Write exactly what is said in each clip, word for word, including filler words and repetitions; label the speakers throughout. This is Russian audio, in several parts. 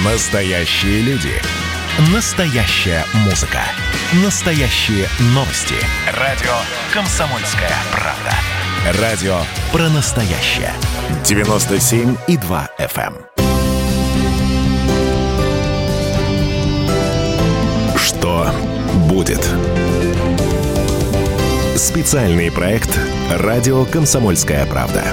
Speaker 1: Настоящие люди. Настоящая музыка. Настоящие новости. Радио «Комсомольская правда». Радио про настоящее. девяносто семь и два эф эм. Что будет? Специальный проект «Радио «Комсомольская правда».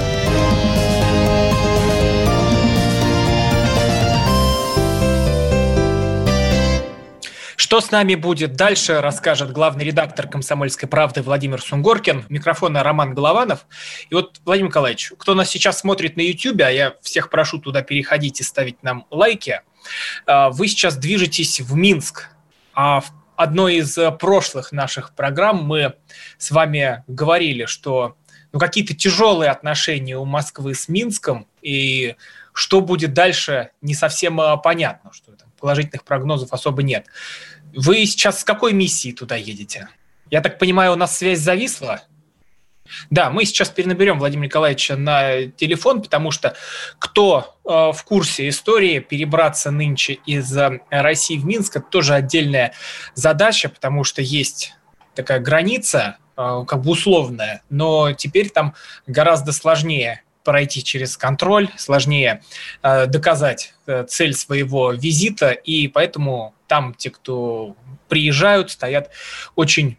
Speaker 2: Что с нами будет дальше, расскажет главный редактор «Комсомольской правды» Владимир Сунгоркин. Микрофона Роман Голованов. И вот, Владимир Николаевич, кто нас сейчас смотрит на YouTube, а я всех прошу туда переходить и ставить нам лайки, вы сейчас движетесь в Минск. А в одной из прошлых наших программ мы с вами говорили, что ну, какие-то тяжелые отношения у Москвы с Минском, и что будет дальше, не совсем понятно, что там положительных прогнозов особо нет. Вы сейчас с какой миссией туда едете? Я так понимаю, у нас связь зависла? Да, мы сейчас перенаберем Владимира Николаевича на телефон, потому что кто э, в курсе истории, перебраться нынче из э, России в Минск, это тоже отдельная задача, потому что есть такая граница, э, как бы условная, но теперь там гораздо сложнее пройти через контроль, сложнее э, доказать э, цель своего визита, и поэтому там те, кто приезжают, стоят очень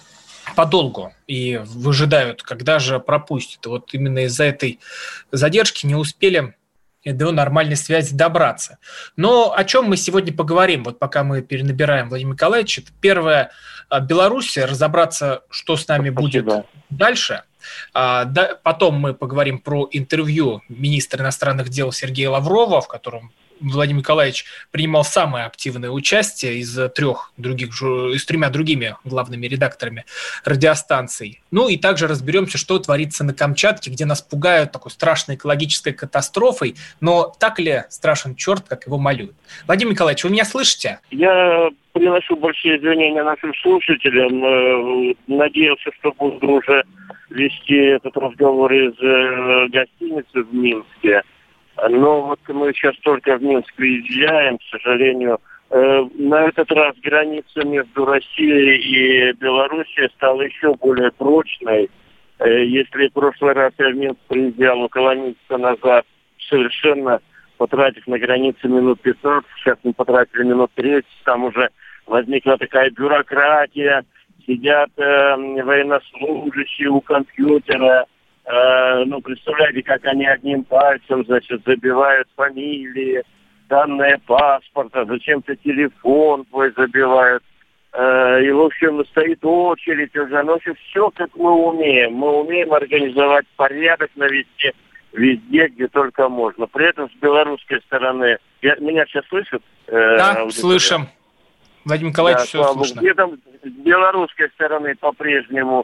Speaker 2: подолгу и выжидают, когда же пропустят. Вот именно из-за этой задержки не успели до нормальной связи добраться. Но о чем мы сегодня поговорим, вот пока мы перенабираем Владимира Николаевича. Первое, Белоруссия, разобраться, что с нами Спасибо. будет дальше. А, да, потом мы поговорим про интервью министра иностранных дел Сергея Лаврова, в котором Владимир Николаевич принимал самое активное участие из трех других, с тремя другими главными редакторами радиостанций. Ну и также разберемся, что творится на Камчатке, где нас пугают такой страшной экологической катастрофой, но так ли страшен черт, как его малюют? Владимир Николаевич, вы меня слышите?
Speaker 3: Я приношу большие извинения нашим слушателям. Надеялся, что буду уже вести этот разговор из гостиницы в Минске. Но вот мы сейчас только в Минск приезжаем, к сожалению. Э, на этот раз граница между Россией и Белоруссией стала еще более прочной. Э, если в прошлый раз я в Минск приезжал около месяца назад, совершенно потратив на границе минут пятнадцать, сейчас мы потратили минут тридцать, там уже возникла такая бюрократия, сидят э, военнослужащие у компьютера. Uh, ну, представляете, как они одним пальцем, значит, забивают фамилии, данные паспорта, зачем-то телефон твой забивают. Uh, и, в общем, стоит очередь уже. Ну, в общем, все, как мы умеем. Мы умеем организовать порядок, навести везде, где только можно. При этом с белорусской стороны... Я, меня сейчас слышат?
Speaker 2: Да, э, слышим. Владимир Николаевич, да, все слышно.
Speaker 3: Где там с белорусской стороны по-прежнему...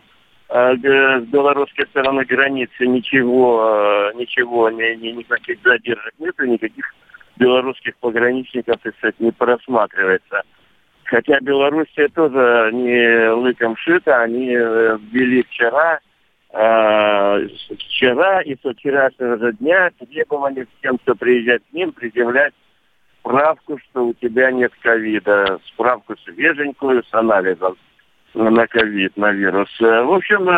Speaker 3: С белорусской стороны границы ничего, ничего, ни, ни, никаких задержек нет, и никаких белорусских пограничников, так сказать, не просматривается. Хотя Белоруссия тоже не лыком шита, они ввели вчера, э, вчера и со вчерашнего же дня требовали всем, кто приезжает к ним, предъявлять справку, что у тебя нет ковида, справку свеженькую с анализом на ковид, на вирус. В общем,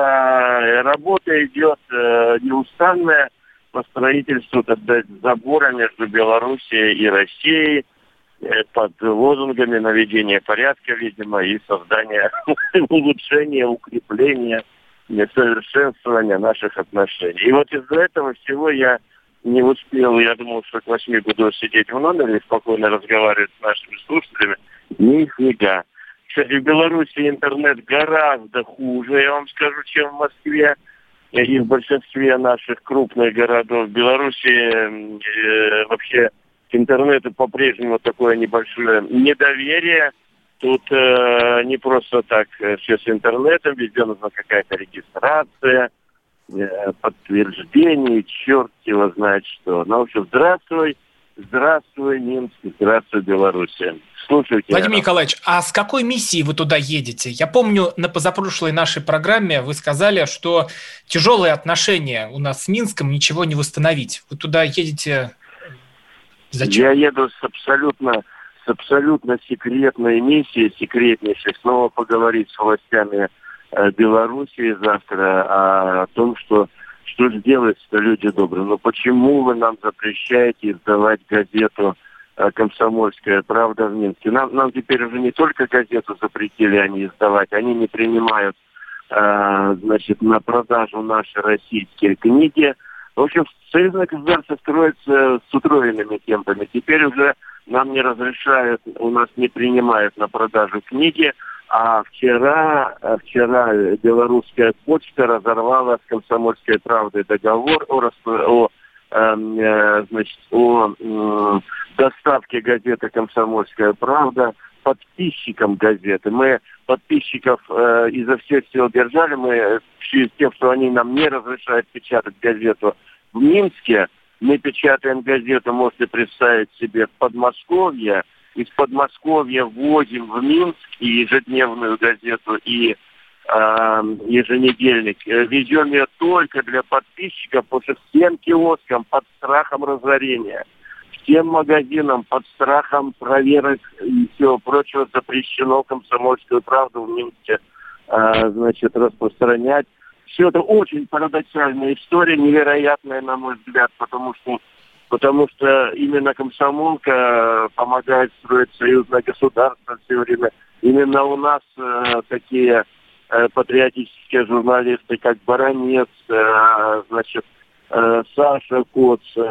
Speaker 3: работа идет неустанная по строительству, так сказать, забора между Белоруссией и Россией под лозунгами наведения порядка, видимо, и создания улучшения, укрепления, совершенствования наших отношений. И вот из-за этого всего я не успел, я думал, что к восьми буду сидеть в номере и спокойно разговаривать с нашими слушателями. Нифига. Кстати, в Беларуси интернет гораздо хуже, я вам скажу, чем в Москве и в большинстве наших крупных городов. В Беларуси э, вообще к интернету по-прежнему такое небольшое недоверие. Тут э, не просто так все с интернетом, везде нужна какая-то регистрация, э, подтверждение, черт его знает что. Ну, в общем, здравствуй, здравствуй, Минск, здравствуй, Белоруссия. Слушайте.
Speaker 2: Владимир Николаевич, а с какой миссией вы туда едете? Я помню, на позапрошлой нашей программе вы сказали, что тяжелые отношения у нас с Минском, ничего не восстановить. Вы туда едете Зачем?
Speaker 3: Я еду с абсолютно, с абсолютно секретной миссией, секретнейшей, снова поговорить с властями э, Белоруссии завтра о, о том, что что сделать-то, люди добрые. Ну почему вы нам запрещаете издавать газету э, «Комсомольская правда» в Минске? Нам, нам теперь уже не только газету запретили они издавать, они не принимают э, значит, на продажу наши российские книги. В общем, союзное государство строится с утроенными темпами. Теперь уже нам не разрешают, у нас не принимают на продажу книги. А вчера, вчера белорусская почта разорвала с «Комсомольской правдой» договор о, о, э, значит, о э, доставке газеты «Комсомольская правда» подписчикам газеты. Мы подписчиков э, изо всех сил держали. Мы в связи с тем, что они нам не разрешают печатать газету в Минске, мы печатаем газету, можете представить себе, в Подмосковье. Из Подмосковья возим в Минск и ежедневную газету, и э, еженедельник. Везем ее только для подписчиков, потому что всем киоскам под страхом разорения, всем магазинам под страхом проверок и всего прочего запрещено «Комсомольскую правду» в Минске э, значит, распространять. Все это очень парадоксальная история, невероятная, на мой взгляд, потому что Потому что именно комсомолка помогает строить союзное государство все время. Именно у нас э, такие э, патриотические журналисты, как Баранец, э, значит, э, Саша Коц, э,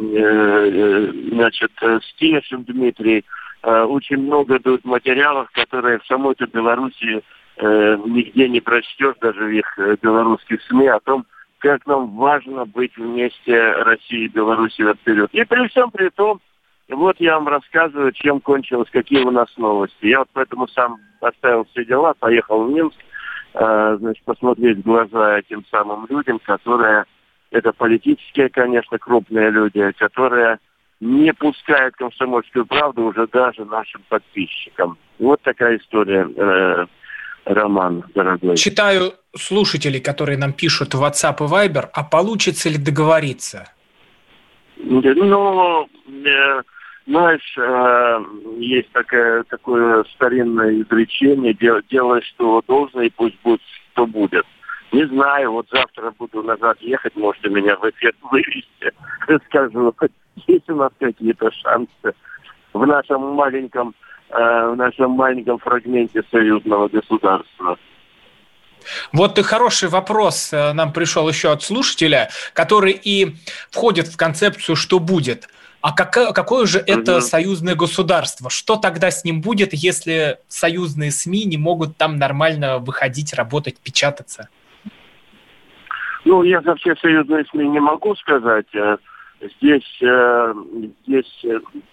Speaker 3: э, значит, Стешин Дмитрий, э, очень много дают материалов, которые в самой-то Беларуси э, нигде не прочтешь, даже в их э, белорусских СМИ, о том, как нам важно быть вместе России и Беларуси вперед. И при всем при том, вот я вам рассказываю, чем кончилось, какие у нас новости. Я вот поэтому сам оставил все дела, поехал в Минск, э, значит, посмотреть в глаза этим самым людям, которые, это политические, конечно, крупные люди, которые не пускают «Комсомольскую правду» уже даже нашим подписчикам. Вот такая история, э, Роман, дорогой.
Speaker 2: Читаю слушателей, которые нам пишут в WhatsApp и Viber, а получится ли договориться?
Speaker 3: Ну, э, знаешь, э, есть такое, такое старинное изречение: делай, что должно, и пусть будет, что будет. Не знаю, вот завтра буду назад ехать, можете меня в эфир вывести. Скажу, есть у нас какие-то шансы в нашем маленьком в нашем маленьком фрагменте союзного государства.
Speaker 2: Вот и хороший вопрос нам пришел еще от слушателя, который и входит в концепцию «что будет?». А какое, какое же это угу. союзное государство? Что тогда с ним будет, если союзные СМИ не могут там нормально выходить, работать, печататься?
Speaker 3: Ну, я за все союзные СМИ не могу сказать. Здесь... здесь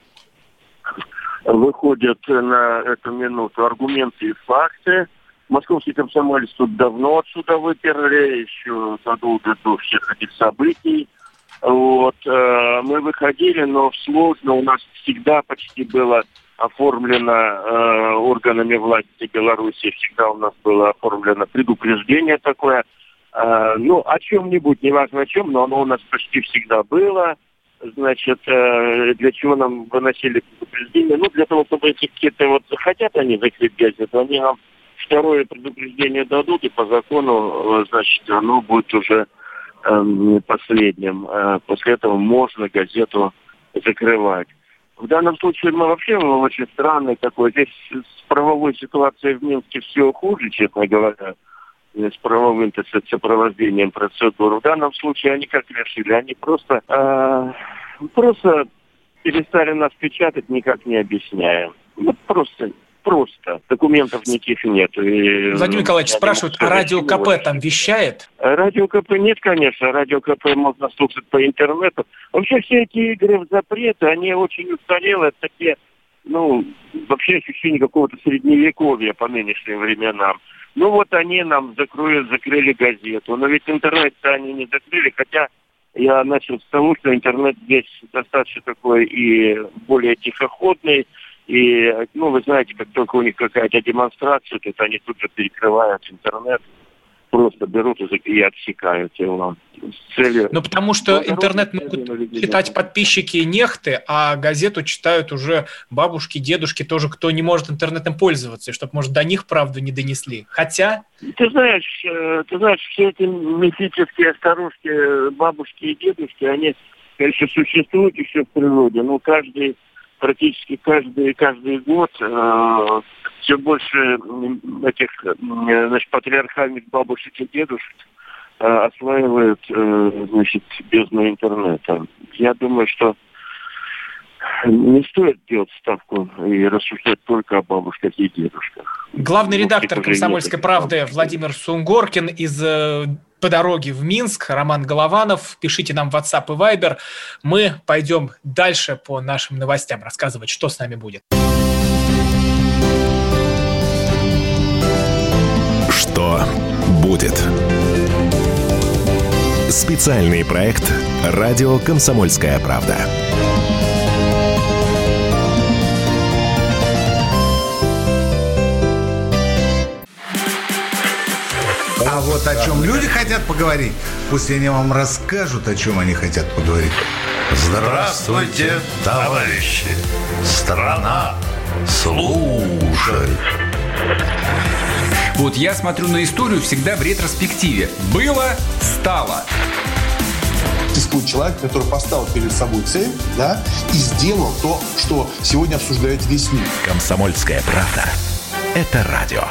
Speaker 3: выходят на эту минуту аргументы и факты. Московский комсомолец тут давно отсюда выперли, еще задолго до всех этих событий. Вот, э, мы выходили, но сложно, у нас всегда почти было оформлено э, органами власти Беларуси, всегда у нас было оформлено предупреждение такое. Э, ну, о чем-нибудь, неважно о чем, но оно у нас почти всегда было. Значит, для чего нам выносили предупреждение? Ну, для того, чтобы эти какие-то вот хотят они закрыть газету, они нам второе предупреждение дадут, и по закону, значит, оно будет уже э, последним. После этого можно газету закрывать. В данном случае мы вообще очень странный такой. Здесь с правовой ситуацией в Минске все хуже, честно говоря, с правовым, так сказать, сопровождением процедур. В данном случае они как решили? Они просто, э, просто перестали нас печатать, никак не объясняя. Вот просто, просто. Документов никаких нет. И,
Speaker 2: Владимир Николаевич спрашивает, а радио КП там вещает?
Speaker 3: Радио КП нет, конечно. Радио КП можно слушать по интернету. Вообще все эти игры в запреты, они очень устарелые, такие, ну, вообще ощущение какого-то средневековья по нынешним временам. Ну вот они нам закроют, закрыли газету. Но ведь интернет-то они не закрыли, хотя я начал с того, что интернет здесь достаточно такой и более тихоходный. И, ну, вы знаете, как только у них какая-то демонстрация, то они тут же перекрывают интернет. просто берут и отсекают его с целью...
Speaker 2: Ну, потому что интернет могут читать подписчики нехты, а газету читают уже бабушки, дедушки, тоже, кто не может интернетом пользоваться, и чтобы, может, до них правду не донесли. Хотя...
Speaker 3: Ты знаешь, ты знаешь, все эти мифические старушки, бабушки и дедушки, они, конечно, существуют еще в природе, но каждый, практически каждый, каждый год э, все больше этих, значит, патриархальных бабушек и дедушек э, осваивают, э, значит, бездну интернета. Я думаю, что не стоит делать ставку и рассуждать только о бабушках и дедушках.
Speaker 2: Главный редактор «Комсомольской правды» Владимир Сунгоркин из «По дороге в Минск», Роман Голованов. Пишите нам в WhatsApp и Viber. Мы пойдем дальше по нашим новостям, рассказывать, что с нами будет.
Speaker 1: Что будет? Специальный проект «Радио Комсомольская правда».
Speaker 4: А вот о чем люди хотят поговорить, пусть они вам расскажут, о чем они хотят поговорить.
Speaker 5: Здравствуйте, товарищи! Страна слушает!
Speaker 6: Вот я смотрю на историю всегда в ретроспективе. Было, стало.
Speaker 7: Существует человек, который поставил перед собой цель, да, и сделал то, что сегодня обсуждает весь мир.
Speaker 1: «Комсомольская правда» — это радио.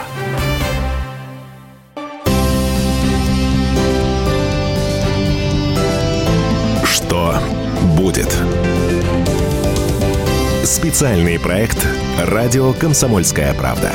Speaker 1: Что будет? Специальный проект «Радио Комсомольская правда».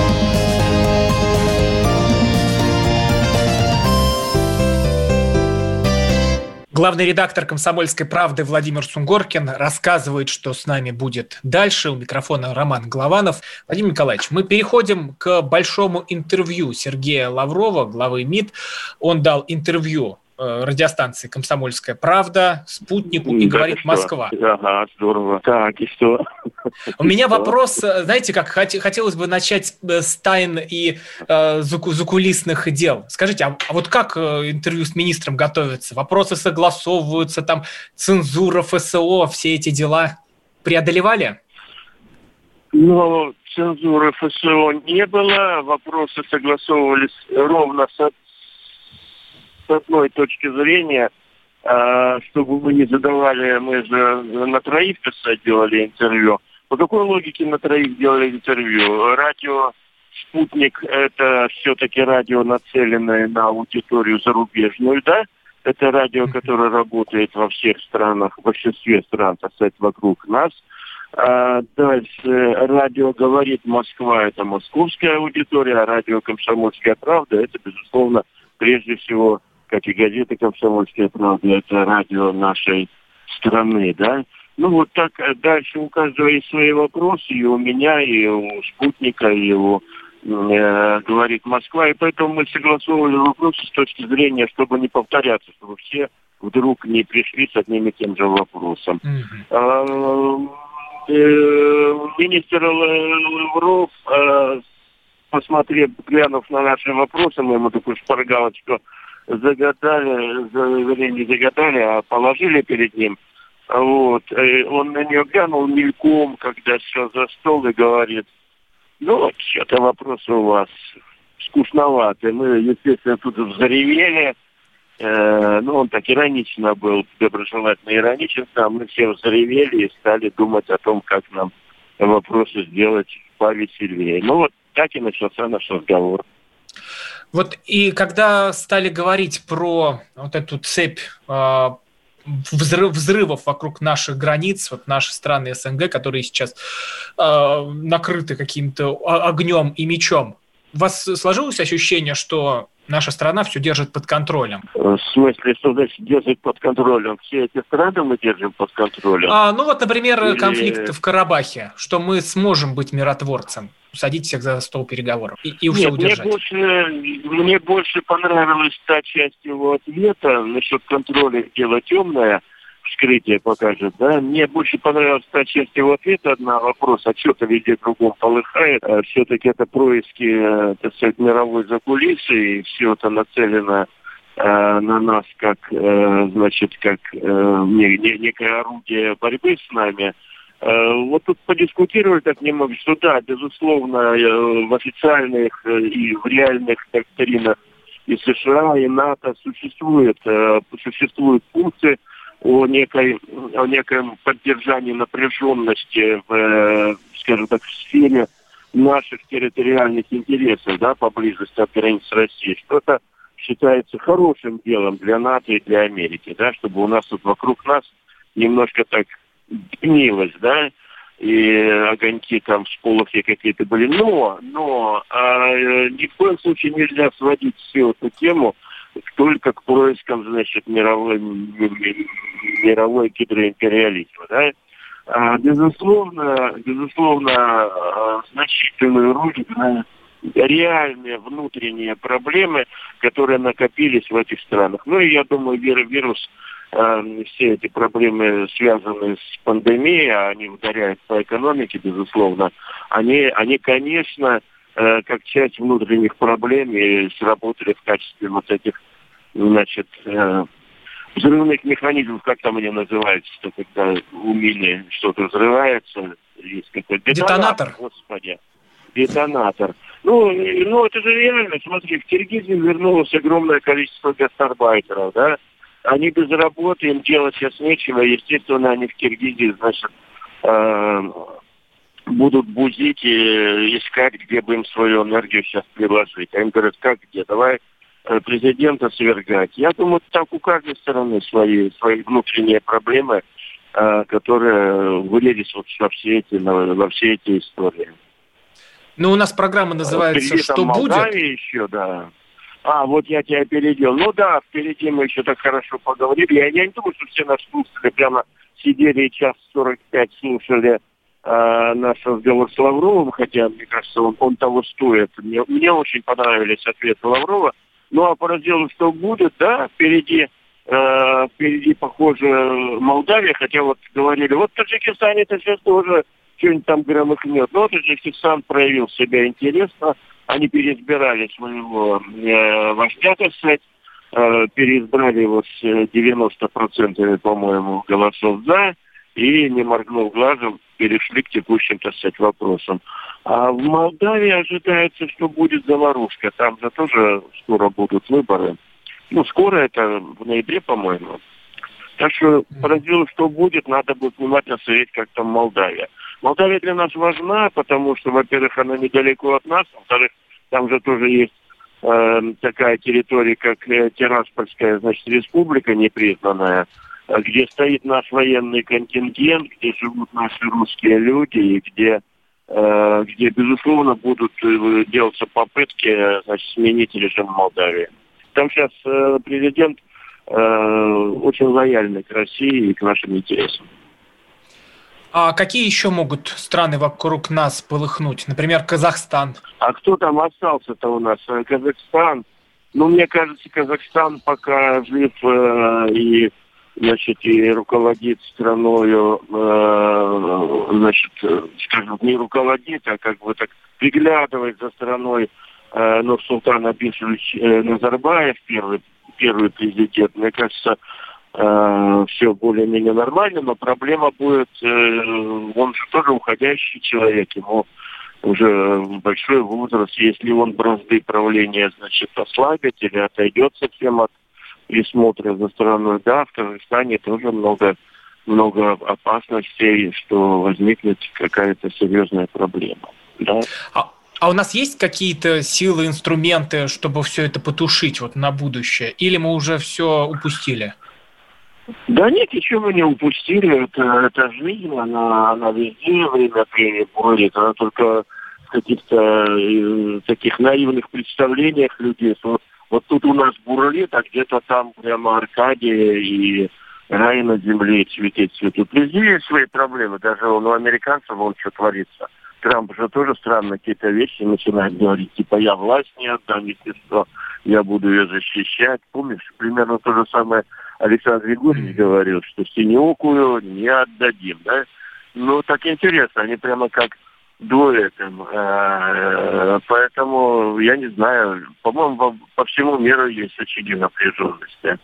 Speaker 2: Главный редактор «Комсомольской правды» Владимир Сунгоркин рассказывает, что с нами будет дальше. У микрофона Роман Голованов. Владимир Николаевич, мы переходим к большому интервью Сергея Лаврова, главы МИД. Он дал интервью радиостанции «Комсомольская правда», «Спутнику» и
Speaker 3: да,
Speaker 2: «Говорит Москва».
Speaker 3: Ага, здорово. Так, и что?
Speaker 2: У меня вопрос, знаете, как хотелось бы начать с тайн и э, закулисных дел. Скажите, а, а вот как интервью с министром готовится? Вопросы согласовываются, там цензура, ФСО, все эти дела преодолевали?
Speaker 3: Ну, цензуры ФСО не было, вопросы согласовывались ровно с с одной точки зрения, чтобы мы не задавали, мы же на троих, писать делали интервью. По какой логике на троих делали интервью? Радио «Спутник» — это все-таки радио, нацеленное на аудиторию зарубежную, да? Это радио, которое работает во всех странах, в большинстве стран, так сказать, вокруг нас. А дальше радио «Говорит Москва» — это московская аудитория, а радио «Комсомольская правда» — это, безусловно, прежде всего, как и газета «Комсомольская правда», это радио нашей страны, да. Ну вот так дальше у каждого есть свои вопросы, и у меня, и у «Спутника», и у э, «Говорит Москва», и поэтому мы согласовывали вопросы с точки зрения, чтобы не повторяться, чтобы все вдруг не пришли с одним и тем же вопросом. Mm-hmm. А, э, министр Лавров, э, посмотрев, глянув на наши вопросы, мы ему такую шпаргалочку загадали, не загадали, а положили перед ним. Вот. И он на нее глянул мельком, когда сел за стол, и говорит: ну, что-то вопросы у вас скучноваты. Мы, естественно, тут взревели. Э, ну, он так иронично был, доброжелательно ироничен. А мы все взревели и стали думать о том, как нам вопросы сделать повеселее. Ну, вот так и начался наш разговор.
Speaker 2: Вот и когда стали говорить про вот эту цепь э, взрыв, взрывов вокруг наших границ, вот наши страны СНГ, которые сейчас э, накрыты каким-то огнем и мечом, у вас сложилось ощущение, что наша страна все держит под контролем?
Speaker 3: В смысле, что значит держит под контролем? Все эти страны мы держим под контролем?
Speaker 2: А, ну вот, например,
Speaker 3: Или...
Speaker 2: конфликт в Карабахе, что мы сможем быть миротворцем, садить всех за стол переговоров и, и все
Speaker 3: Нет,
Speaker 2: удержать.
Speaker 3: Мне больше, мне больше понравилась та часть его ответа насчет контроля «Дело темное», вскрытие покажет, да. Мне больше понравилась та часть его ответа на вопрос, а что-то везде кругом полыхает. А все-таки это происки, так сказать, мировой закулисы, и все это нацелено э, на нас как, э, значит, как э, некое орудие борьбы с нами. Э, вот тут подискутировали так немного, что да, безусловно, э, в официальных э, и в реальных доктринах и США, и НАТО существуют, э, существуют пункты о некой, о неком поддержании напряженности в, э, скажем так, в сфере наших территориальных интересов, да, поблизости от границ России. Что это считается хорошим делом для НАТО и для Америки, да, чтобы у нас тут вокруг нас немножко так гнилось, да, и огоньки там, всполохи какие-то были. Но, но а, ни в коем случае нельзя сводить всю эту тему только к проискам, значит, мировой, мировой гидроимпериализма, да. А, безусловно, безусловно, значительную роль играют реальные внутренние проблемы, которые накопились в этих странах. Ну и я думаю, вирус, э, все эти проблемы, связанные с пандемией, они ударяют по экономике, безусловно, они, они конечно, э, как часть внутренних проблем и сработали в качестве вот этих, значит, э, взрывных механизмов, как там они называются, когда у мины что-то взрывается, есть какой-то
Speaker 2: детонатор.
Speaker 3: Господи, детонатор. Ну, ну, это же реально, смотри, в Киргизию вернулось огромное количество гастарбайтеров, да, они без работы, им делать сейчас нечего, естественно, они в Киргизии, значит, э, будут бузить и искать, где бы им свою энергию сейчас приложить. А им говорят, как где, давай президента свергать. Я думаю, так у каждой стороны свои, свои внутренние проблемы, э, которые вылились вот во все эти, во все эти истории.
Speaker 2: Ну, у нас программа называется
Speaker 3: впереди
Speaker 2: «Что
Speaker 3: там
Speaker 2: будет?».
Speaker 3: Молдавия еще, да. А, вот я тебя опередил. Ну да, впереди мы еще так хорошо поговорили. Я, я не думаю, что все наши слушатели прямо сидели и час сорок пять слушали э, наш разговор с Лавровым, хотя, мне кажется, он, он того стоит. Мне, мне очень понравились ответы Лаврова. Ну, а по разделу «Что будет?», да, впереди, э, впереди, похоже, Молдавия, хотя вот говорили, вот в Таджикистане это сейчас тоже что-нибудь там громыхнет. Но Таджикистан проявил себя интересно, они переизбирали своего э, вождя, так сказать, э, переизбрали его с девяноста процентов, по-моему, голосов «за», и, не моргнув глазом, перешли к текущим, так сказать, вопросам. А в Молдавии ожидается, что будет заварушка. Там же тоже скоро будут выборы. Ну, скоро это в ноябре, по-моему. Так что поразило, что будет, надо будет внимательно смотреть, как там Молдавия. Молдавия для нас важна, потому что, во-первых, она недалеко от нас, во-вторых, там же тоже есть э, такая территория, как э, Тираспольская, значит, республика непризнанная, где стоит наш военный контингент, где живут наши русские люди, и где, э, где безусловно, будут делаться попытки, значит, сменить режим в Молдавии. Там сейчас э, президент э, очень лояльный к России и к нашим интересам.
Speaker 2: А какие еще могут страны вокруг нас полыхнуть? Например, Казахстан.
Speaker 3: А кто там остался-то у нас? Казахстан. Ну, мне кажется, Казахстан пока жив э, и, значит, и руководит страною, э, значит, скажем, не руководит, а как бы так приглядывает за страной э, Нурсултан Абишевич э, Назарбаев, первый, первый президент. Мне кажется, э, все более-менее нормально, но проблема будет, э, он же тоже уходящий человек, ему уже большой возраст, если он бразды правления, значит, ослабит или отойдет совсем от присмотра за страной. Да, в Казахстане тоже много, много опасностей, что возникнет какая-то серьезная проблема. Да.
Speaker 2: А, а у нас есть какие-то силы, инструменты, чтобы все это потушить вот на будущее? Или мы уже все упустили?
Speaker 3: Да нет, ничего мы не упустили. Это, это жизнь, она, она везде время от времени бурлит. Она только в каких-то э, таких наивных представлениях людей. Вот, вот тут у нас бурлит, а где-то там прямо Аркадия и рай на земле цветет цветут. Везде есть свои проблемы. Даже у американцев вон что творится. Трамп же тоже странно какие-то вещи начинает говорить. Типа я власть не отдам, если что, я буду ее защищать. Помнишь, примерно то же самое Александр Егорович говорил, что синеокую не отдадим, да? Ну, так интересно, они прямо как дуэтом. Поэтому, я не знаю, по-моему, по всему миру есть очаги напряженности.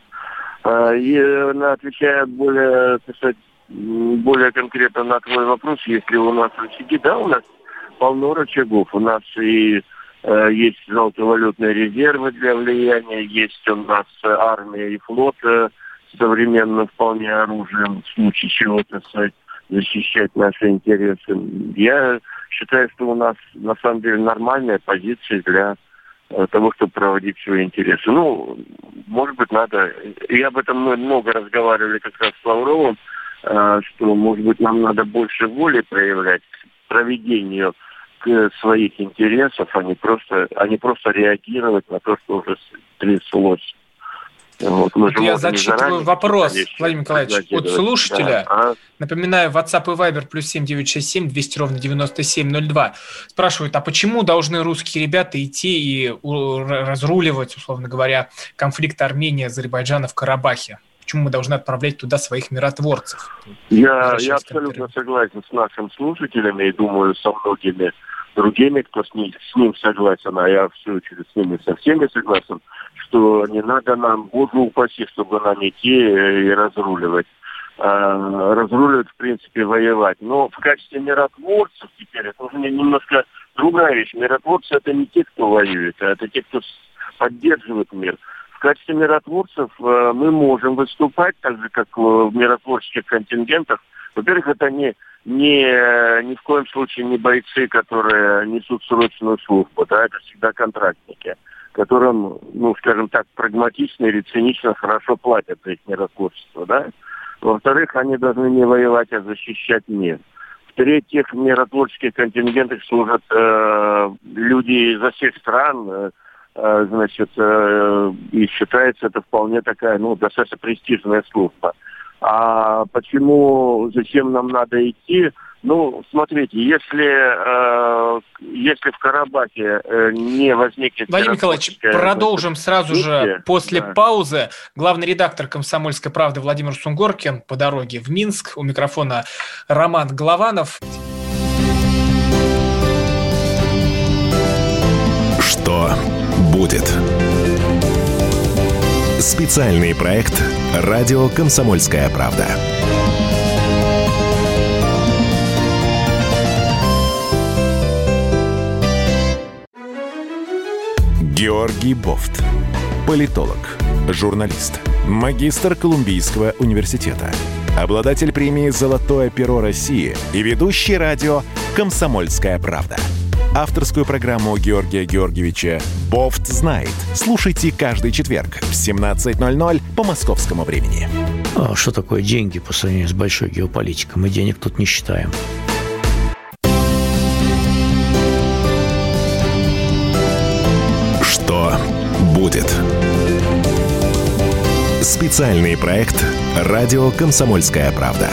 Speaker 3: И, отвечая более, так сказать, более конкретно на твой вопрос, если у нас рычаги, да, у нас полно рычагов. У нас и э, есть золотовалютные резервы для влияния, есть у нас армия и флот э, современным вполне оружием, в случае чего, так сказать, защищать наши интересы. Я считаю, что у нас на самом деле нормальная позиция для э, того, чтобы проводить свои интересы. Ну, может быть, надо... И об этом мы много разговаривали как раз с Лавровым, э, что, может быть, нам надо больше воли проявлять к проведению к своих интересов, а не просто, а не просто реагировать на то, что уже тряслось. Вот, мы
Speaker 2: я зачитываю вопрос, конечно, Владимир Николаевич, от слушателя. Да. А? Напоминаю, WhatsApp и Viber плюс семь девятьсот шестьдесят семь двести ровно девяносто семь ноль два. Спрашивают, а почему должны русские ребята идти и разруливать, условно говоря, конфликт Армении и Азербайджана в Карабахе? Почему мы должны отправлять туда своих миротворцев?
Speaker 3: Я, я абсолютно согласен с нашим слушателями и думаю, со многими другими, кто с ним, с ним согласен, а я в свою очередь с ними со всеми согласен, что не надо нам, Боже упаси, чтобы нам идти и разруливать. А, разруливать, в принципе, воевать. Но в качестве миротворцев теперь это уже немножко другая вещь. Миротворцы — это не те, кто воюет, а это те, кто поддерживает мир. В качестве миротворцев э, мы можем выступать, так же, как в миротворческих контингентах. Во-первых, это не, не, ни в коем случае не бойцы, которые несут срочную службу, да, это всегда контрактники, которым, ну, скажем так, прагматично или цинично хорошо платят за их миротворчество, да. Во-вторых, они должны не воевать, а защищать мир. В-третьих, в миротворческих контингентах служат э, люди изо всех стран, э, значит, и считается это вполне такая, ну, достаточно престижная служба. А почему, зачем нам надо идти? Ну, смотрите, если, э, если в Карабахе э, не возникнет...
Speaker 2: Владимир Николаевич, продолжим сразу же после да. паузы. Главный редактор «Комсомольской правды» Владимир Сунгоркин по дороге в Минск. У микрофона Роман Голованов.
Speaker 1: Что будет? Специальный проект «Радио Комсомольская правда». Георгий Бофт. Политолог, журналист, магистр Колумбийского университета, обладатель премии «Золотое перо России» и ведущий радио «Комсомольская правда». Авторскую программу Георгия Георгиевича «Бофт знает». Слушайте каждый четверг в семнадцать ноль ноль по московскому времени.
Speaker 8: А что такое деньги по сравнению с большой геополитикой? Мы денег тут не считаем.
Speaker 1: Что будет? Специальный проект «Радио Комсомольская правда».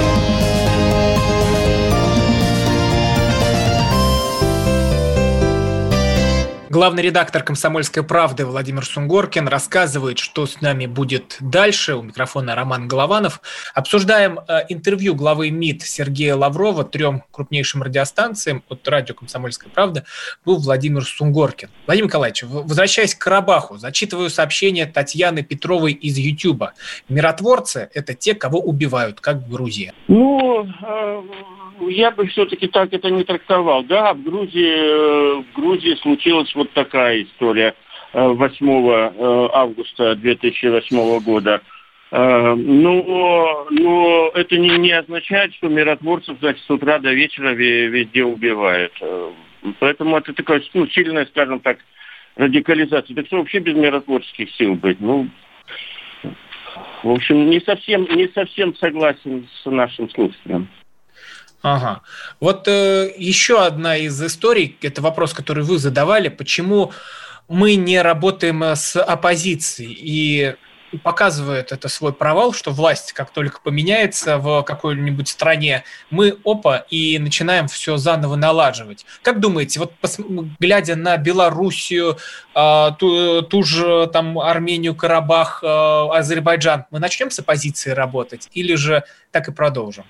Speaker 2: Главный редактор «Комсомольской правды» Владимир Сунгоркин рассказывает, что с нами будет дальше. У микрофона Роман Голованов. Обсуждаем э, интервью главы МИД Сергея Лаврова трем крупнейшим радиостанциям от радио «Комсомольская правда» был Владимир Сунгоркин. Владимир Николаевич, возвращаясь к Карабаху, зачитываю сообщение Татьяны Петровой из Ютьюба. Миротворцы – это те, кого убивают, как в Грузии.
Speaker 9: Ну, э, я бы все-таки так это не трактовал. Да, в Грузии, в Грузии случилась вот такая история восьмого августа две тысячи восьмого года. Но, но это не, не означает, что миротворцев, значит, с утра до вечера везде убивают. Поэтому это такая, ну, сильная, скажем так, радикализация. Так что вообще без миротворческих сил быть? Ну, в общем, не совсем, не совсем согласен с нашим слушателем.
Speaker 2: Ага. Вот э, еще одна из историй, это вопрос, который вы задавали, почему мы не работаем с оппозицией. И показывает это свой провал, что власть, как только поменяется в какой-нибудь стране, мы, опа, и начинаем все заново налаживать. Как думаете, вот глядя на Белоруссию, ту, ту же там Армению, Карабах, Азербайджан, мы начнем с оппозицией работать или же так и продолжим?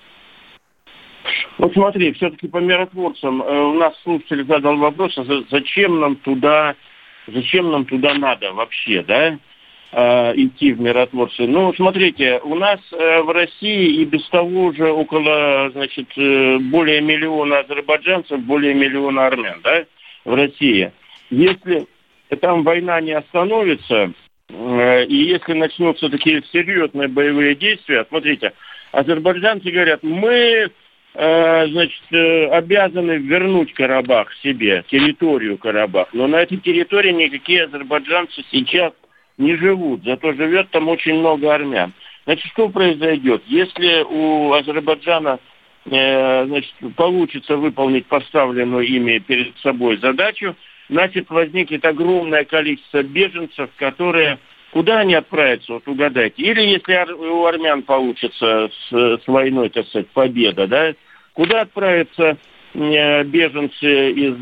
Speaker 9: Вот смотри, все-таки по миротворцам у нас слушатель задал вопрос, а зачем нам туда, зачем нам туда надо вообще, да? идти в миротворцы. Ну, смотрите, у нас э, в России и без того уже около, значит, э, более миллиона азербайджанцев, более миллиона армян, да, в России. Если там война не остановится, э, и если начнутся такие серьезные боевые действия, смотрите, азербайджанцы говорят, мы, э, значит, э, обязаны вернуть Карабах себе, территорию Карабах, но на этой территории никакие азербайджанцы сейчас не живут, зато живет там очень много армян. Значит, что произойдет? Если у Азербайджана э, значит, получится выполнить поставленную ими перед собой задачу, значит, возникнет огромное количество беженцев, которые... Куда они отправятся, вот угадайте. Или если ар- у армян получится с, с войной, так сказать, победа, да, куда отправятся беженцы из,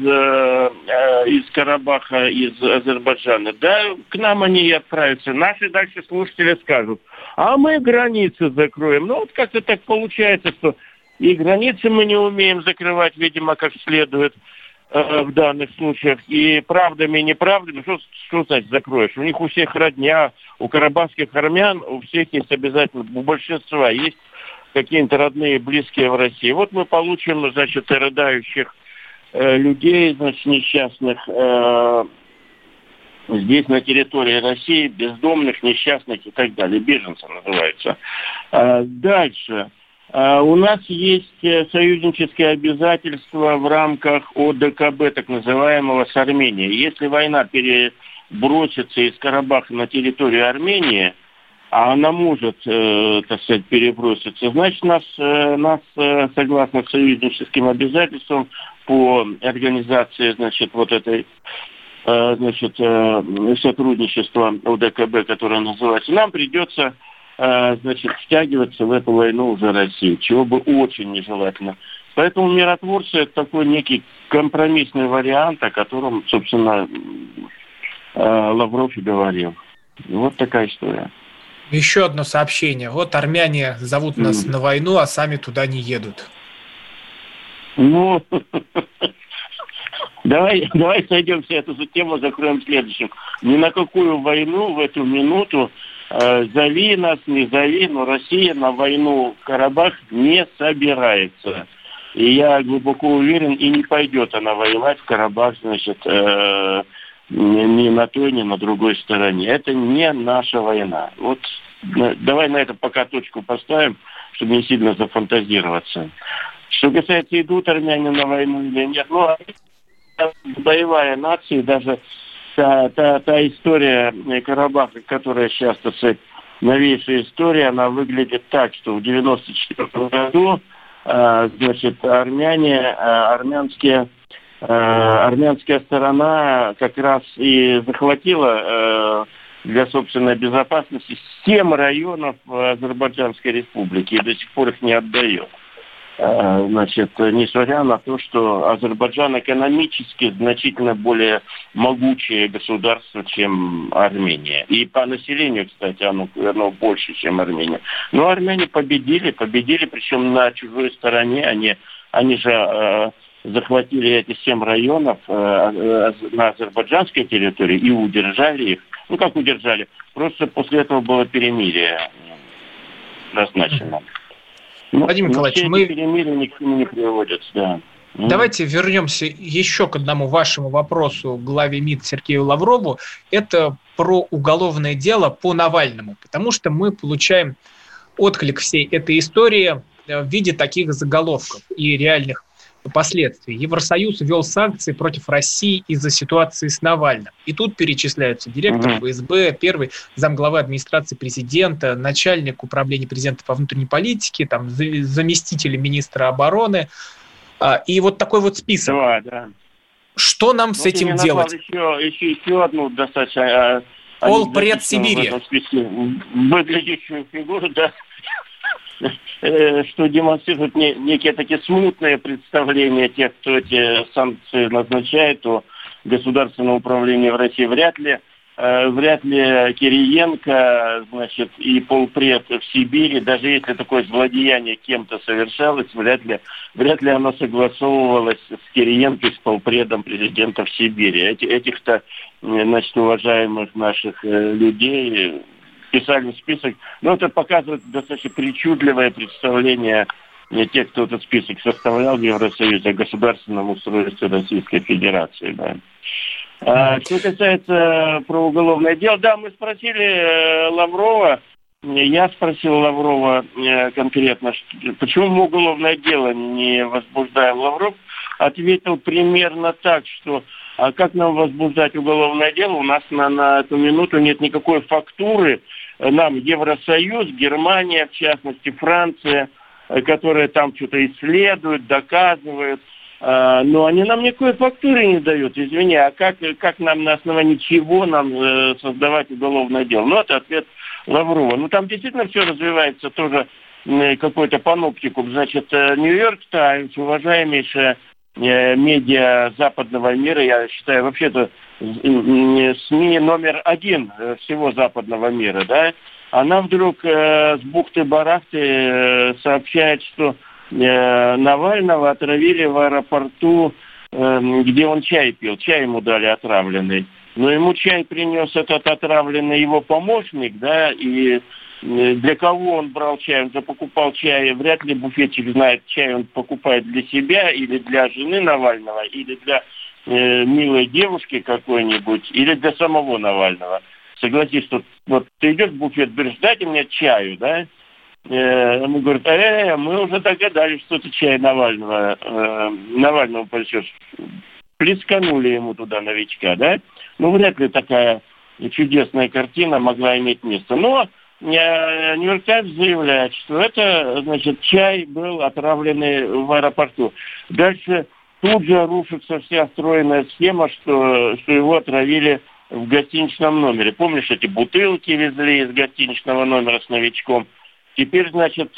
Speaker 9: из Карабаха, из Азербайджана, да, к нам они и отправятся. Наши дальше слушатели скажут, а мы границы закроем. Ну, вот как-то так получается, что и границы мы не умеем закрывать, видимо, как следует э, в данных случаях. И правдами, и неправдами, что, что значит закроешь? У них у всех родня, у карабахских армян, у всех есть обязательно, у большинства есть какие-то родные, близкие в России. Вот мы получим, значит, рыдающих э, людей, значит, несчастных э, здесь, на территории России, бездомных, несчастных и так далее. Беженцы называются. Э, дальше. Э, у нас есть союзнические обязательства в рамках О Дэ Ка Бэ, так называемого, с Арменией. Если война перебросится из Карабаха на территорию Армении, а она может, э, так сказать, переброситься, значит, нас, э, нас э, согласно союзническим обязательствам по организации, значит, вот этой, э, значит, э, сотрудничества О Дэ Ка Бэ, которое называется, нам придется, э, значит, втягиваться в эту войну уже России, чего бы очень нежелательно. Поэтому миротворцы – это такой некий компромиссный вариант, о котором, собственно, э, Лавров и говорил. Вот такая история.
Speaker 2: Еще одно сообщение. Вот армяне зовут нас mm. на войну, а сами туда не едут.
Speaker 9: Ну, давай, давай сойдемся, эту тему закроем следующим. Ни на какую войну в эту минуту, э, зови нас, не зови, но Россия на войну в Карабах не собирается. И я глубоко уверен, и не пойдет она воевать в Карабах, значит, э, ни на той, ни на другой стороне. Это не наша война. Вот давай на это пока точку поставим, чтобы не сильно зафантазироваться. Что касается, идут армяне на войну или нет, ну, боевая нация, даже та, та, та история Карабаха, которая сейчас, так сказать, новейшая история, она выглядит так, что в девяносто четвёртом году, э, значит, армяне, э, армянские армянская сторона как раз и захватила для собственной безопасности семь районов Азербайджанской республики и до сих пор их не отдает. Значит, несмотря на то, что Азербайджан экономически значительно более могучее государство, чем Армения. И по населению, кстати, оно, оно больше, чем Армения. Но армяне победили, победили, причем на чужой стороне. Они, они же э, захватили эти семь районов э, э, на азербайджанской территории и удержали их. Ну, как удержали? Просто после этого было перемирие назначено. Ну,
Speaker 2: Владимир Николаевич, мы...
Speaker 9: перемирия ни к чему не приводят, да.
Speaker 2: Давайте вернемся еще к одному вашему вопросу главе МИД Сергею Лаврову. Это про уголовное дело по Навальному, потому что мы получаем отклик всей этой истории в виде таких заголовков и реальных последствий. Евросоюз ввел санкции против России из-за ситуации с Навальным. И тут перечисляются директор Эф Эс Бэ, первый замглавы администрации президента, начальник управления президента по внутренней политике, там, заместитель министра обороны. И вот такой вот список.
Speaker 9: Да, да.
Speaker 2: Что нам ну, с этим делать?
Speaker 9: Еще, еще, еще одну достаточно
Speaker 2: Полпред Сибири.
Speaker 9: Выглядящую фигуру, да, что демонстрирует некие такие смутные представления тех, кто эти санкции назначает, то государственное управление в России вряд ли, вряд ли Кириенко, значит, и полпред в Сибири, даже если такое злодеяние кем-то совершалось, вряд ли, вряд ли оно согласовывалось с Кириенко и с полпредом президента в Сибири. Эти, этих-то, значит, уважаемых наших людей писали в список. Но это показывает достаточно причудливое представление тех, кто этот список составлял в Евросоюзе о государственном устройстве Российской Федерации. Да. А, что касается про уголовное дело, да, мы спросили э, Лаврова, я спросил Лаврова э, конкретно, что, почему мы уголовное дело не возбуждаем. Лавров ответил примерно так, что а как нам возбуждать уголовное дело? У нас на, на эту минуту нет никакой фактуры. Нам Евросоюз, Германия, в частности, Франция, которые там что-то исследуют, доказывают. Но они нам никакой фактуры не дают. Извини, а как, как нам, на основании чего нам э, создавать уголовное дело? Ну, это ответ Лаврова. Ну, там действительно все развивается тоже э, какой-то паноптикум. Значит, Нью-Йорк Таймс, уважаемейшая э, медиа западного мира, я считаю, вообще-то э, СМИ номер один всего западного мира, да, она вдруг э, с бухты-барахты э, сообщает, что Навального отравили в аэропорту, где он чай пил. Чай ему дали отравленный. Но ему чай принес этот отравленный его помощник, да, и для кого он брал чай? Он же покупал чай, вряд ли буфетчик знает, чай он покупает для себя или для жены Навального, или для э, милой девушки какой-нибудь, или для самого Навального. Согласись, что вот ты идешь в буфет, говоришь, дайте мне чаю, да? Ему говорят, э, мы уже догадались, что ты чай Навального, э, Навального пользуешь. Плесканули ему туда новичка, да? Ну, вряд ли такая чудесная картина могла иметь место. Но Нью-Йорк Таймс заявляет, что это, значит, чай был отравленный в аэропорту. Дальше тут же рушится вся стройная схема, что, что его отравили в гостиничном номере. Помнишь, эти бутылки везли из гостиничного номера с новичком? Теперь, значит,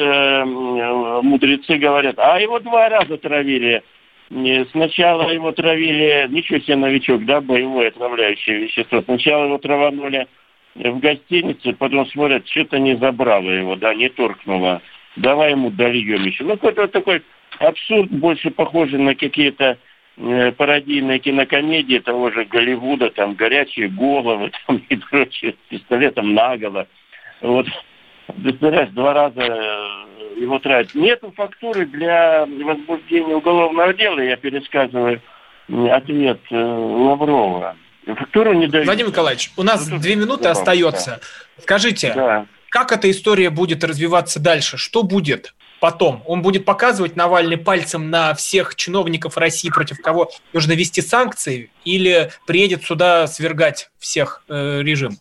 Speaker 9: мудрецы говорят, а его два раза травили. Сначала его травили, ничего себе новичок, да, боевое отравляющее вещество. Сначала его траванули в гостинице, потом смотрят, что-то не забрало его, да, не торкнуло. Давай ему дольем еще. Ну, какой-то вот такой абсурд, больше похожий на какие-то пародийные кинокомедии того же Голливуда, там, «Горячие головы», там, и прочее, с пистолетом наголо. Вот. Представляешь, два раза его тратить. Нету фактуры для возбуждения уголовного дела, я пересказываю ответ Лаврова. Фактуру не дают.
Speaker 2: Владимир Николаевич, у нас ну, две минуты забавно, остается. Да. Скажите, да. Как эта история будет развиваться дальше? Что будет потом? Он будет показывать Навальный пальцем на всех чиновников России, против кого нужно ввести санкции, или приедет сюда свергать всех э, режим?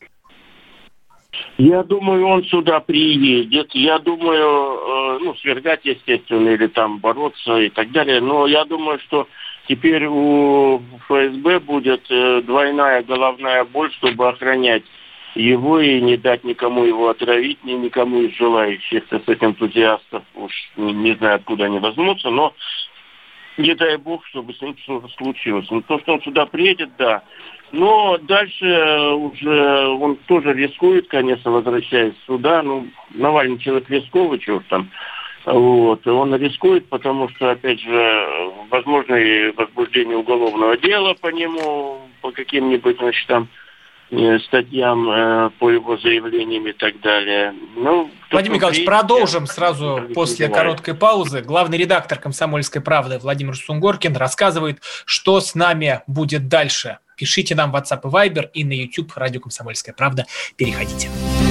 Speaker 9: Я думаю, он сюда приедет. Я думаю, э, ну, свергать, естественно, или там бороться и так далее. Но я думаю, что теперь у ФСБ будет э, двойная головная боль, чтобы охранять его и не дать никому его отравить, ни никому из желающих, так сказать, энтузиастов. Уж не, не знаю, откуда они возьмутся, но не дай бог, чтобы с ним что-то случилось. Ну, то, что он сюда приедет, да. Но дальше уже он тоже рискует, конечно, возвращаясь сюда. Ну, Навальный человек рисковый, чего там. Вот. Он рискует, потому что, опять же, возможно и возбуждение уголовного дела по нему, по каким-нибудь, значит, там, статьям э, по его заявлениям и так далее. Ну,
Speaker 2: Владимир Николаевич, продолжим сразу после короткой паузы. Главный редактор «Комсомольской правды» Владимир Сунгоркин рассказывает, что с нами будет дальше. Пишите нам в WhatsApp и Viber, и на YouTube «Радио Комсомольская правда». Переходите.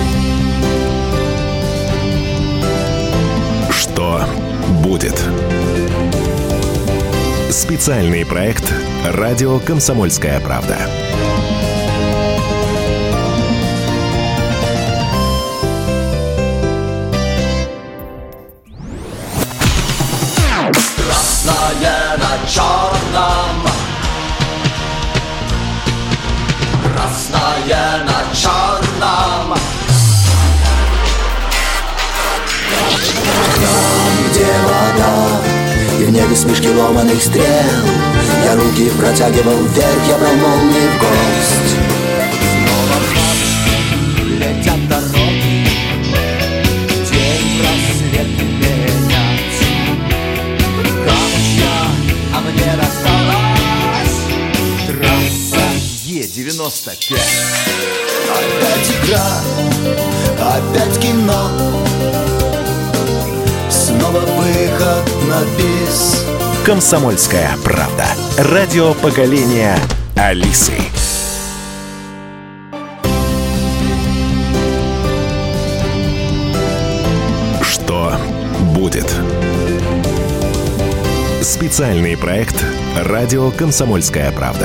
Speaker 1: Что будет? Специальный проект «Радио Комсомольская правда».
Speaker 10: Красное на черном, красное на черном. смешки ломаных стрел. Я руки протягивал вверх, я брал молнии в гость. Снова в ночь летят дороги, день рассвет менять. Камуч я, а мне досталась трасса Е девяносто пять. Опять игра, опять кино, снова выход на бис.
Speaker 1: «Комсомольская правда». Радио поколения Алисы. Что будет? Специальный проект «Радио Комсомольская правда».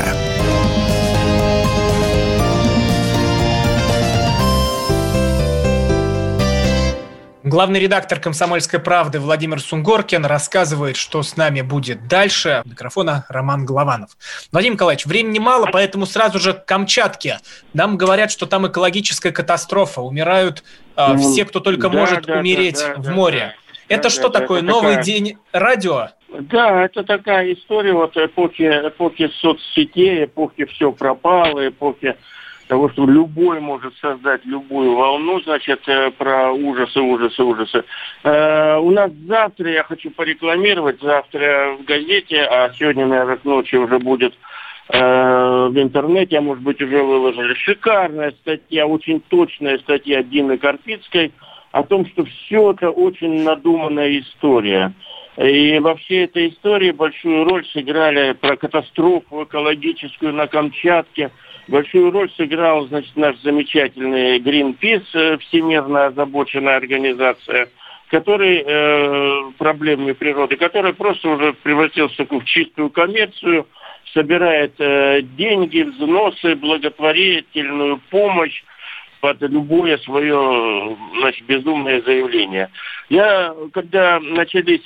Speaker 2: Главный редактор «Комсомольской правды» Владимир Сунгоркин рассказывает, что с нами будет дальше. У микрофона Роман Голованов. Владимир Николаевич, времени мало, поэтому сразу же к Камчатке. Нам говорят, что там экологическая катастрофа. Умирают э, все, кто только да, может да, умереть да, да, в море. Да, это да, что да, такое? Это Новый такая... день радио?
Speaker 9: Да, это такая история вот эпохи, эпохи соцсетей, эпохи «все пропало», эпохи того, что любой может создать любую волну, значит, про ужасы, ужасы, ужасы. Э, у нас завтра, я хочу порекламировать, завтра в газете, а сегодня, наверное, к ночи уже будет э, в интернете, а может быть уже выложили, шикарная статья, очень точная статья Дины Карпицкой о том, что все это очень надуманная история. И во всей этой истории большую роль сыграли про катастрофу экологическую на Камчатке. Большую роль сыграл, значит, наш замечательный Greenpeace, всемирно озабоченная организация, который э, проблемами природы, который просто уже превратился в чистую коммерцию, собирает э, деньги, взносы, благотворительную помощь под любое свое, значит, безумное заявление. Я, когда начались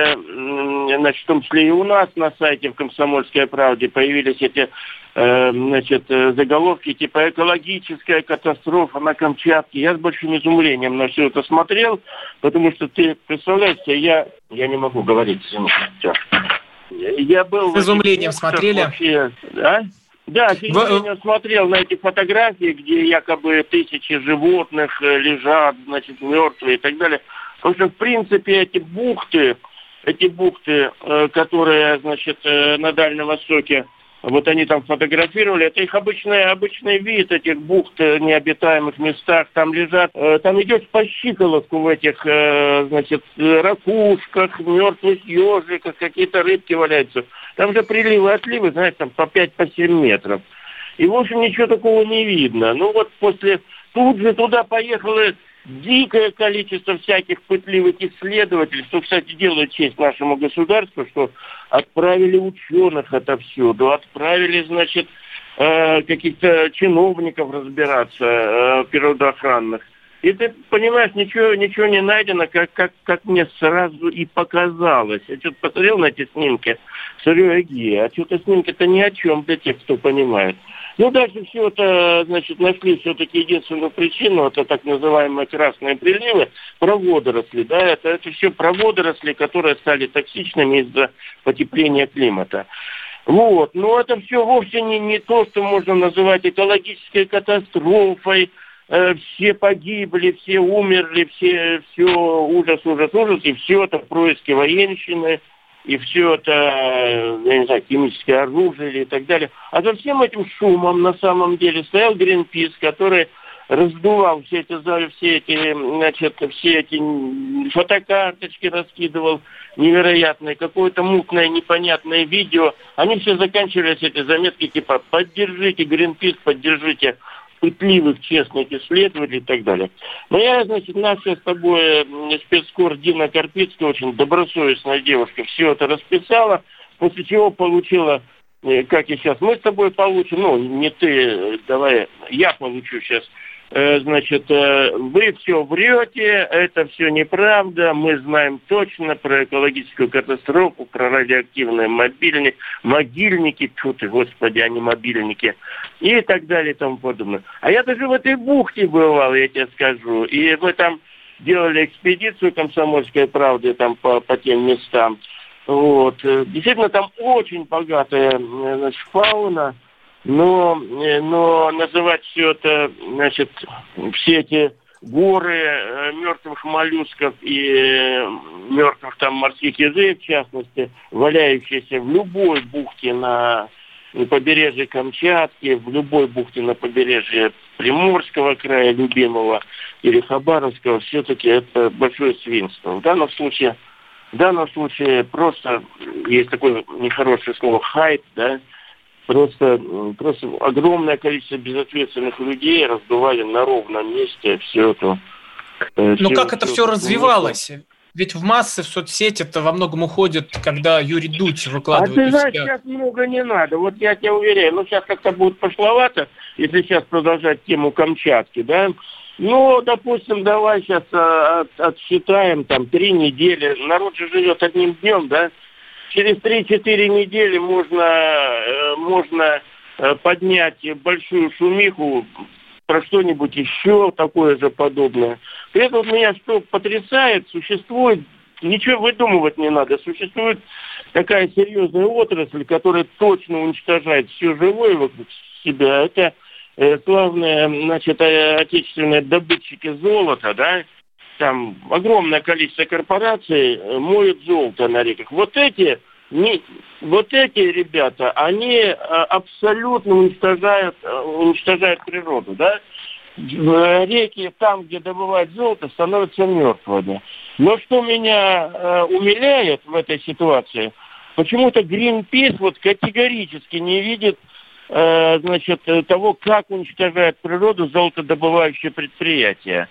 Speaker 9: эти, значит, в том числе и у нас на сайте в «Комсомольской правде» появились эти, значит, заголовки типа «Экологическая катастрофа на Камчатке», я с большим изумлением на все это смотрел, потому что ты представляешь себе, я, я не могу говорить, извините. Я был...
Speaker 2: С изумлением смотрели?
Speaker 9: Вообще, а? Да, я смотрел на эти фотографии, где якобы тысячи животных лежат, значит, мертвые и так далее. Потому что, в принципе, эти бухты, эти бухты, которые, значит, на Дальнем Востоке, вот они там фотографировали, это их обычный, обычный вид этих бухт в необитаемых местах. Там лежат, там идет по щиколотку в этих, значит, ракушках, мертвых ежиках, какие-то рыбки валяются. Там же приливы, отливы, знаете, там по пять-по семь метров. И, в общем, ничего такого не видно. Ну вот после... Тут же туда поехало дикое количество всяких пытливых исследователей, что, кстати, делает честь нашему государству, что отправили ученых отовсюду, отправили, значит, э, каких-то чиновников разбираться, э, природоохранных. И ты понимаешь, ничего, ничего не найдено, как, как, как мне сразу и показалось. Я что-то посмотрел на эти снимки, смотрю, эги, а что-то снимки-то ни о чем для тех, кто понимает. Ну, дальше все это, значит, нашли все-таки единственную причину, это так называемые красные приливы, про водоросли, да, это, это все про водоросли, которые стали токсичными из-за потепления климата. Вот, но это все вовсе не, не то, что можно называть экологической катастрофой. Все погибли, все умерли, все, все ужас, ужас, ужас, и все это происки военщины, и все это, я не знаю, химическое оружие и так далее. А за всем этим шумом на самом деле стоял Greenpeace, который раздувал все эти, все эти, значит, все эти фотокарточки раскидывал невероятные, какое-то мутное, непонятное видео. Они все заканчивались, эти заметки, типа «Поддержите Greenpeace, поддержите пытливых, честных исследователей и так далее». Но я, значит, наша с тобой спецкор Дина Карпицкая, очень добросовестная девушка, все это расписала, после чего получила, как и сейчас мы с тобой получим, ну, не ты, давай, я получу сейчас, значит, вы все врете, это все неправда, мы знаем точно про экологическую катастрофу, про радиоактивные мобильники, могильники, тьфу ты, господи, а не мобильники, и так далее и тому подобное. А я даже в этой бухте бывал, я тебе скажу, и мы там делали экспедицию «Комсомольской правды» там по, по тем местам. Вот. Действительно, там очень богатая, значит, фауна, но, но называть все это, значит, все эти горы мертвых моллюсков и мертвых там морских ежей, в частности, валяющиеся в любой бухте на побережье Камчатки, в любой бухте на побережье Приморского края, любимого, или Хабаровского, все-таки это большое свинство. В данном случае, в данном случае просто есть такое нехорошее слово «хайп», да, Просто, просто огромное количество безответственных людей раздували на ровном месте все это.
Speaker 2: Ну все, как это все, все развивалось? Ведь в массы, в соцсети это во многом уходит, когда Юрий Дудь выкладывает.
Speaker 9: А ты знаешь, себя... сейчас много не надо. Вот я тебя уверяю, ну сейчас как-то будет пошловато, если сейчас продолжать тему Камчатки, да? Ну, допустим, давай сейчас от, отсчитаем там три недели. Народ же живет одним днем, да? Через три-четыре недели можно, можно поднять большую шумиху про что-нибудь еще такое же подобное. При этом меня что потрясает, существует, ничего выдумывать не надо, существует такая серьезная отрасль, которая точно уничтожает все живое вокруг себя. Это главное, значит, отечественные добытчики золота, да, там огромное количество корпораций моют золото на реках. Вот эти, не, вот эти ребята, они абсолютно уничтожают, уничтожают природу, да? Реки там, где добывают золото, становятся мертвыми. Но что меня э, умиляет в этой ситуации, почему-то Greenpeace вот категорически не видит э, значит, того, как уничтожает природу золотодобывающие предприятия.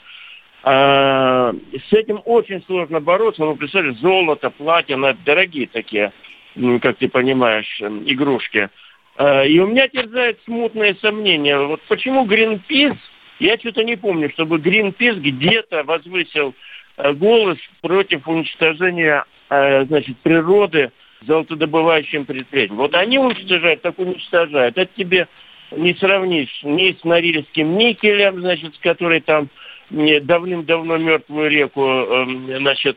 Speaker 9: А, с этим очень сложно бороться. Ну, представляешь, золото, платина, дорогие такие, как ты понимаешь, игрушки. А, и у меня терзает смутное сомнение. Вот почему Greenpeace, я что-то не помню, чтобы Greenpeace где-то возвысил голос против уничтожения, значит, природы золотодобывающим предприятиям. Вот они уничтожают, так уничтожают. Это тебе не сравнишь ни с Норильским никелем, значит, с которой там давным-давно мертвую реку, значит,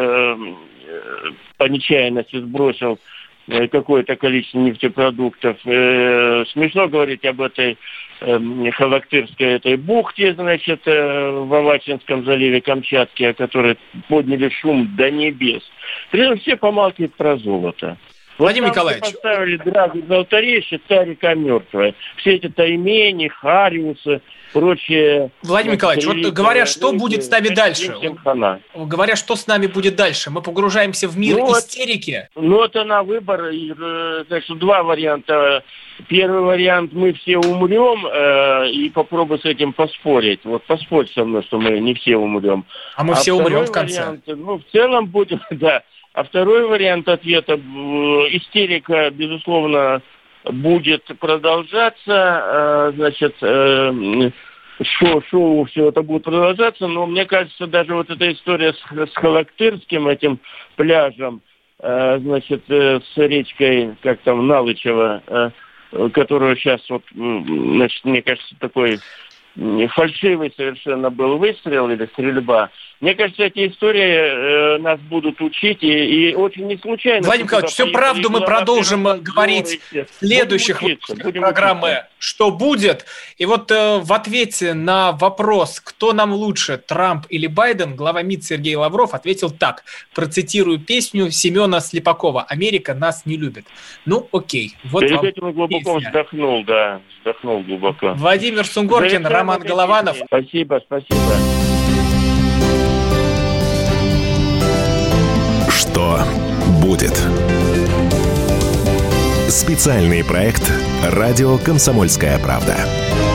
Speaker 9: по нечаянности сбросил какое-то количество нефтепродуктов. Смешно говорить об этой Халактырской этой бухте, значит, в Авачинском заливе Камчатки, о которой подняли шум до небес. При этом все помалкивают про золото.
Speaker 2: Владимир
Speaker 9: вот
Speaker 2: Николаевич.
Speaker 9: Поставили драгу за алтарей, считая река мертвая. Все эти таймени, хариусы, прочие...
Speaker 2: Владимир вот, Николаевич, вот говоря, что люди, будет с нами дальше? Говоря, что с нами будет дальше? Мы погружаемся в мир ну, истерики?
Speaker 9: Ну, это на выбор. Так что два варианта. Первый вариант, мы все умрем, э, и попробуй с этим поспорить. Вот поспорь со мной, что мы не все умрем.
Speaker 2: А мы а все умрем в конце.
Speaker 9: Вариант, ну, в целом будем, да. А второй вариант ответа, истерика, безусловно, будет продолжаться, значит, шоу, шоу все это будет продолжаться, но мне кажется, даже вот эта история с, с Халактырским, этим пляжем, значит, с речкой, как там, Налычево, которую сейчас, вот, значит, мне кажется, такой фальшивый совершенно был выстрел или стрельба. Мне кажется, эти истории э, нас будут учить, и, и очень не случайно...
Speaker 2: Владимир Николаевич, всю правду мы продолжим говорить в следующих выпусках программы учиться. «Что будет?». И вот э, в ответе на вопрос, кто нам лучше, Трамп или Байден, глава МИД Сергей Лавров ответил так, процитирую песню Семена Слепакова: «Америка нас не любит». Ну, окей. Вот
Speaker 9: перед этим глубоко песня. вздохнул, да, вздохнул глубоко.
Speaker 2: Владимир Сунгоркин, да, Роман Голованов.
Speaker 9: Спасибо, спасибо.
Speaker 1: Что будет? Специальный проект «Радио Комсомольская правда».